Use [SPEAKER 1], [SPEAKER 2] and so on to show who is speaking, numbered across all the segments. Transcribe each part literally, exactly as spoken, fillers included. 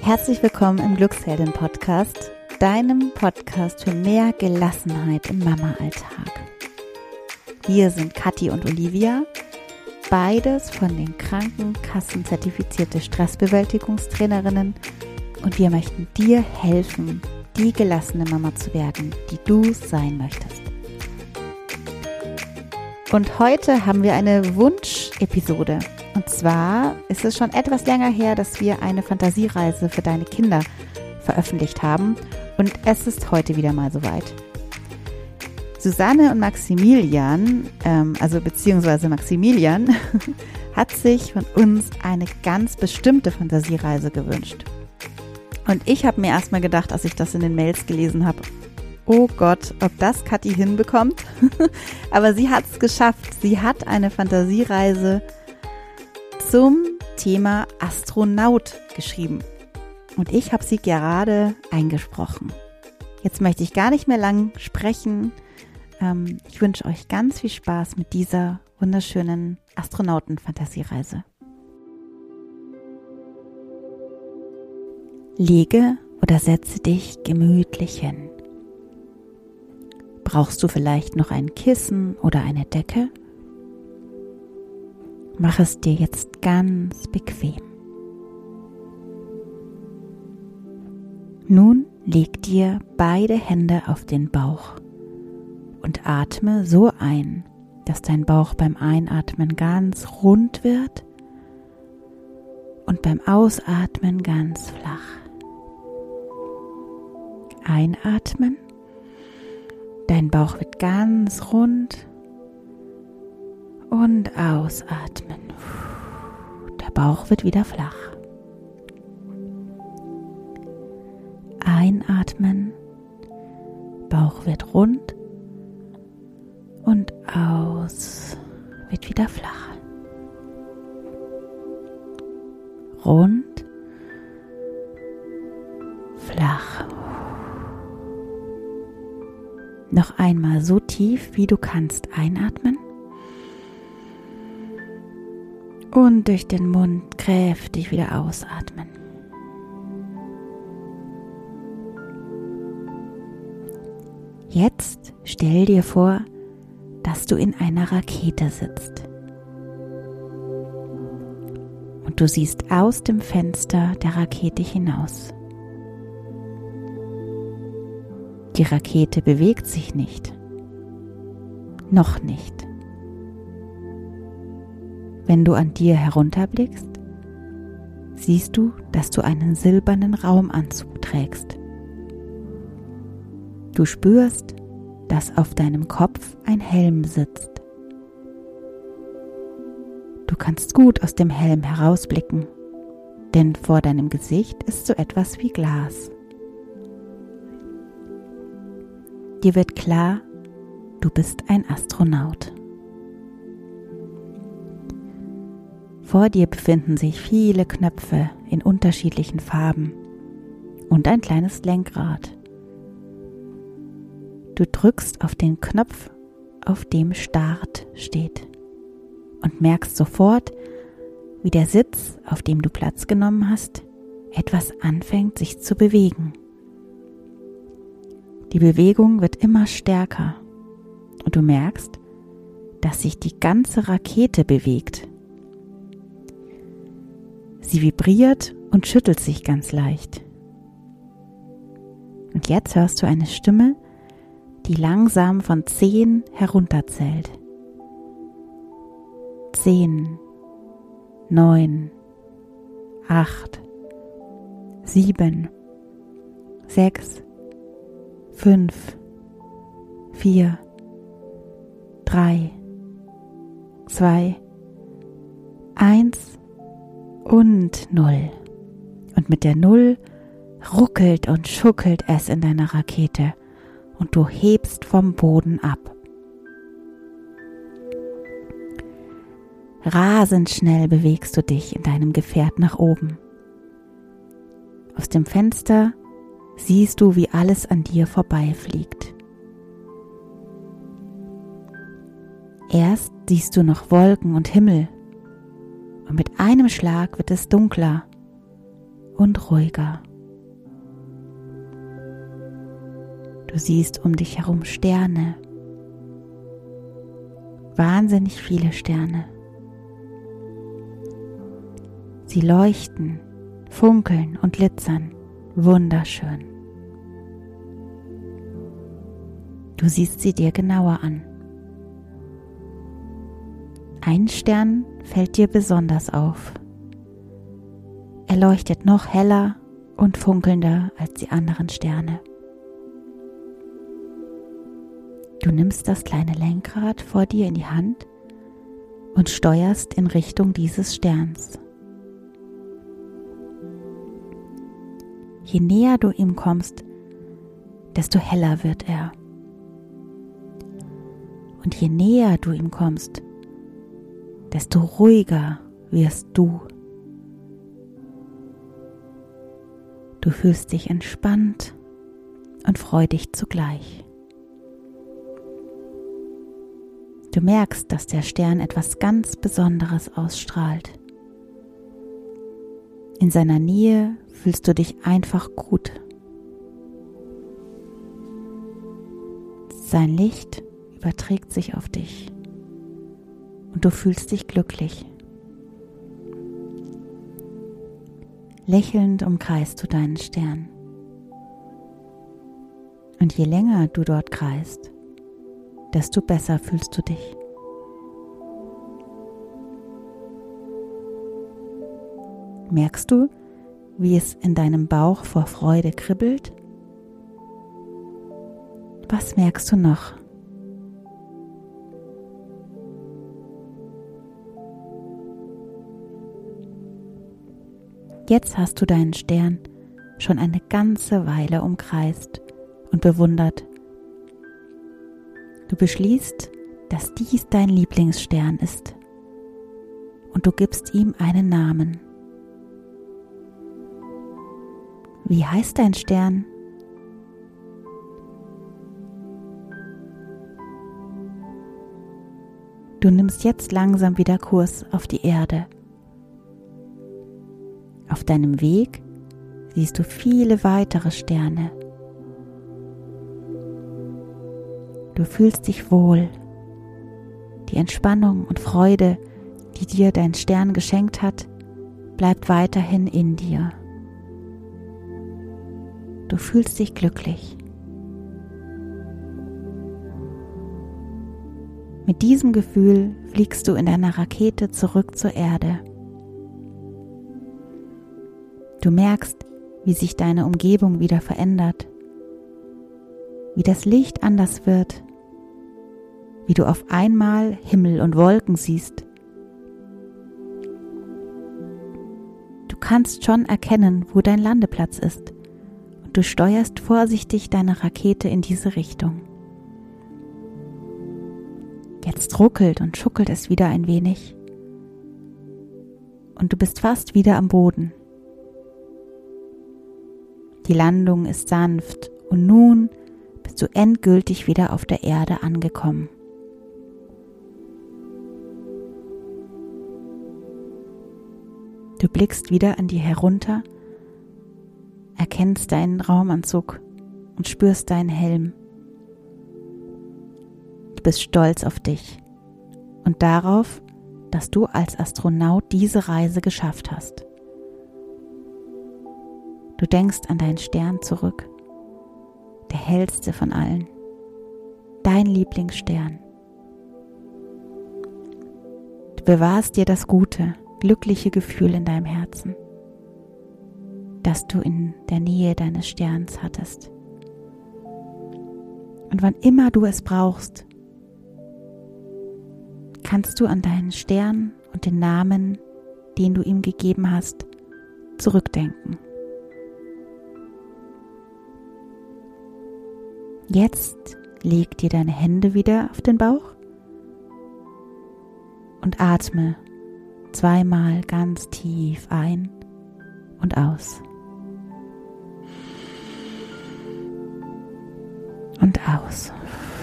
[SPEAKER 1] Herzlich willkommen im Glücksheldin-Podcast, deinem Podcast für mehr Gelassenheit im Mama-Alltag. Wir sind Kathi und Olivia, beides von den Krankenkassen zertifizierte Stressbewältigungstrainerinnen, und wir möchten dir helfen, die gelassene Mama zu werden, die du sein möchtest. Und heute haben wir eine Wunsch-Episode. Und zwar ist es schon etwas länger her, dass wir eine Fantasiereise für deine Kinder veröffentlicht haben. Und es ist heute wieder mal soweit. Susanne und Maximilian, ähm, also beziehungsweise Maximilian, hat sich von uns eine ganz bestimmte Fantasiereise gewünscht. Und ich habe mir erstmal gedacht, als ich das in den Mails gelesen habe, oh Gott, ob das Kathi hinbekommt. Aber sie hat es geschafft. Sie hat eine Fantasiereise zum Thema Astronaut geschrieben. Und ich habe sie gerade eingesprochen. Jetzt möchte ich gar nicht mehr lang sprechen. Ähm, ich wünsche euch ganz viel Spaß mit dieser wunderschönen Astronauten-Fantasiereise. Lege oder setze dich gemütlich hin. Brauchst du vielleicht noch ein Kissen oder eine Decke? Mach es dir jetzt ganz bequem. Nun leg dir beide Hände auf den Bauch und atme so ein, dass dein Bauch beim Einatmen ganz rund wird und beim Ausatmen ganz flach. Einatmen, dein Bauch wird ganz rund. Und ausatmen. Der Bauch wird wieder flach. Einatmen. Bauch wird rund. Und aus wird wieder flach. Rund. Flach. Noch einmal so tief, wie du kannst, einatmen. Und durch den Mund kräftig wieder ausatmen. Jetzt stell dir vor, dass du in einer Rakete sitzt. Und du siehst aus dem Fenster der Rakete hinaus. Die Rakete bewegt sich nicht. Noch nicht. Wenn du an dir herunterblickst, siehst du, dass du einen silbernen Raumanzug trägst. Du spürst, dass auf deinem Kopf ein Helm sitzt. Du kannst gut aus dem Helm herausblicken, denn vor deinem Gesicht ist so etwas wie Glas. Dir wird klar, du bist ein Astronaut. Vor dir befinden sich viele Knöpfe in unterschiedlichen Farben und ein kleines Lenkrad. Du drückst auf den Knopf, auf dem Start steht, und merkst sofort, wie der Sitz, auf dem du Platz genommen hast, etwas anfängt, sich zu bewegen. Die Bewegung wird immer stärker und du merkst, dass sich die ganze Rakete bewegt. Sie vibriert und schüttelt sich ganz leicht. Und jetzt hörst du eine Stimme, die langsam von zehn herunterzählt. Zehn, neun, acht, sieben, sechs, fünf, vier, drei, zwei, eins und null. Und mit der Null ruckelt und schuckelt es in deiner Rakete und du hebst vom Boden ab. Rasend schnell bewegst du dich in deinem Gefährt nach oben. Aus dem Fenster siehst du, wie alles an dir vorbeifliegt. Erst siehst du noch Wolken und Himmel und mit einem Schlag wird es dunkler und ruhiger. Du siehst um dich herum Sterne, wahnsinnig viele Sterne. Sie leuchten, funkeln und glitzern, wunderschön. Du siehst sie dir genauer an. Ein Stern fällt dir besonders auf. Er leuchtet noch heller und funkelnder als die anderen Sterne. Du nimmst das kleine Lenkrad vor dir in die Hand und steuerst in Richtung dieses Sterns. Je näher du ihm kommst, desto heller wird er. Und je näher du ihm kommst, desto ruhiger wirst du. Du fühlst dich entspannt und freudig zugleich. Du merkst, dass der Stern etwas ganz Besonderes ausstrahlt. In seiner Nähe fühlst du dich einfach gut. Sein Licht überträgt sich auf dich und du fühlst dich glücklich. Lächelnd umkreist du deinen Stern. Und je länger du dort kreist, desto besser fühlst du dich. Merkst du, wie es in deinem Bauch vor Freude kribbelt? Was merkst du noch? Jetzt hast du deinen Stern schon eine ganze Weile umkreist und bewundert. Du beschließt, dass dies dein Lieblingsstern ist und du gibst ihm einen Namen. Wie heißt dein Stern? Du nimmst jetzt langsam wieder Kurs auf die Erde. Auf deinem Weg siehst du viele weitere Sterne. Du fühlst dich wohl. Die Entspannung und Freude, die dir dein Stern geschenkt hat, bleibt weiterhin in dir. Du fühlst dich glücklich. Mit diesem Gefühl fliegst du in deiner Rakete zurück zur Erde. Du merkst, wie sich deine Umgebung wieder verändert, wie das Licht anders wird, wie du auf einmal Himmel und Wolken siehst. Du kannst schon erkennen, wo dein Landeplatz ist, und du steuerst vorsichtig deine Rakete in diese Richtung. Jetzt ruckelt und schuckelt es wieder ein wenig, und du bist fast wieder am Boden. Die Landung ist sanft und nun bist du endgültig wieder auf der Erde angekommen. Du blickst wieder an dir herunter, erkennst deinen Raumanzug und spürst deinen Helm. Du bist stolz auf dich und darauf, dass du als Astronaut diese Reise geschafft hast. Du denkst an deinen Stern zurück, der hellste von allen, dein Lieblingsstern. Du bewahrst dir das gute, glückliche Gefühl in deinem Herzen, das du in der Nähe deines Sterns hattest. Und wann immer du es brauchst, kannst du an deinen Stern und den Namen, den du ihm gegeben hast, zurückdenken. Jetzt leg dir deine Hände wieder auf den Bauch und atme zweimal ganz tief ein und aus. Und aus.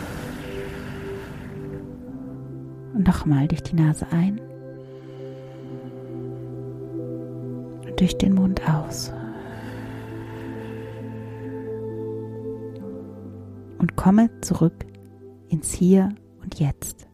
[SPEAKER 1] Und nochmal durch die Nase ein und durch den Mund aus. und komme zurück ins Hier und Jetzt.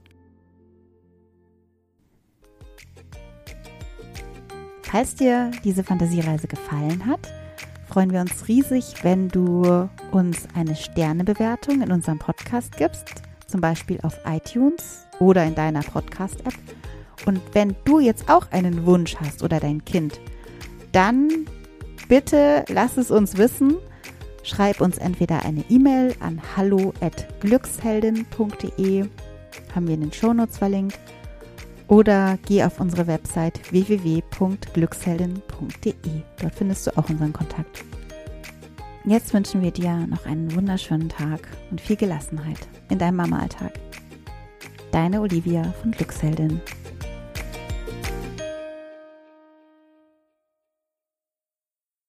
[SPEAKER 1] Falls dir diese Fantasiereise gefallen hat, freuen wir uns riesig, wenn du uns eine Sternebewertung in unserem Podcast gibst, zum Beispiel auf iTunes oder in deiner Podcast-App. Und wenn du jetzt auch einen Wunsch hast oder dein Kind, dann bitte lass es uns wissen. Schreib uns entweder eine E-Mail an hallo at glücksheldin punkt de, haben wir in den Shownotes verlinkt, oder geh auf unsere Website w w w punkt glücksheldin punkt de. Dort findest du auch unseren Kontakt. Jetzt wünschen wir dir noch einen wunderschönen Tag und viel Gelassenheit in deinem Mama-Alltag. Deine Olivia von Glücksheldin.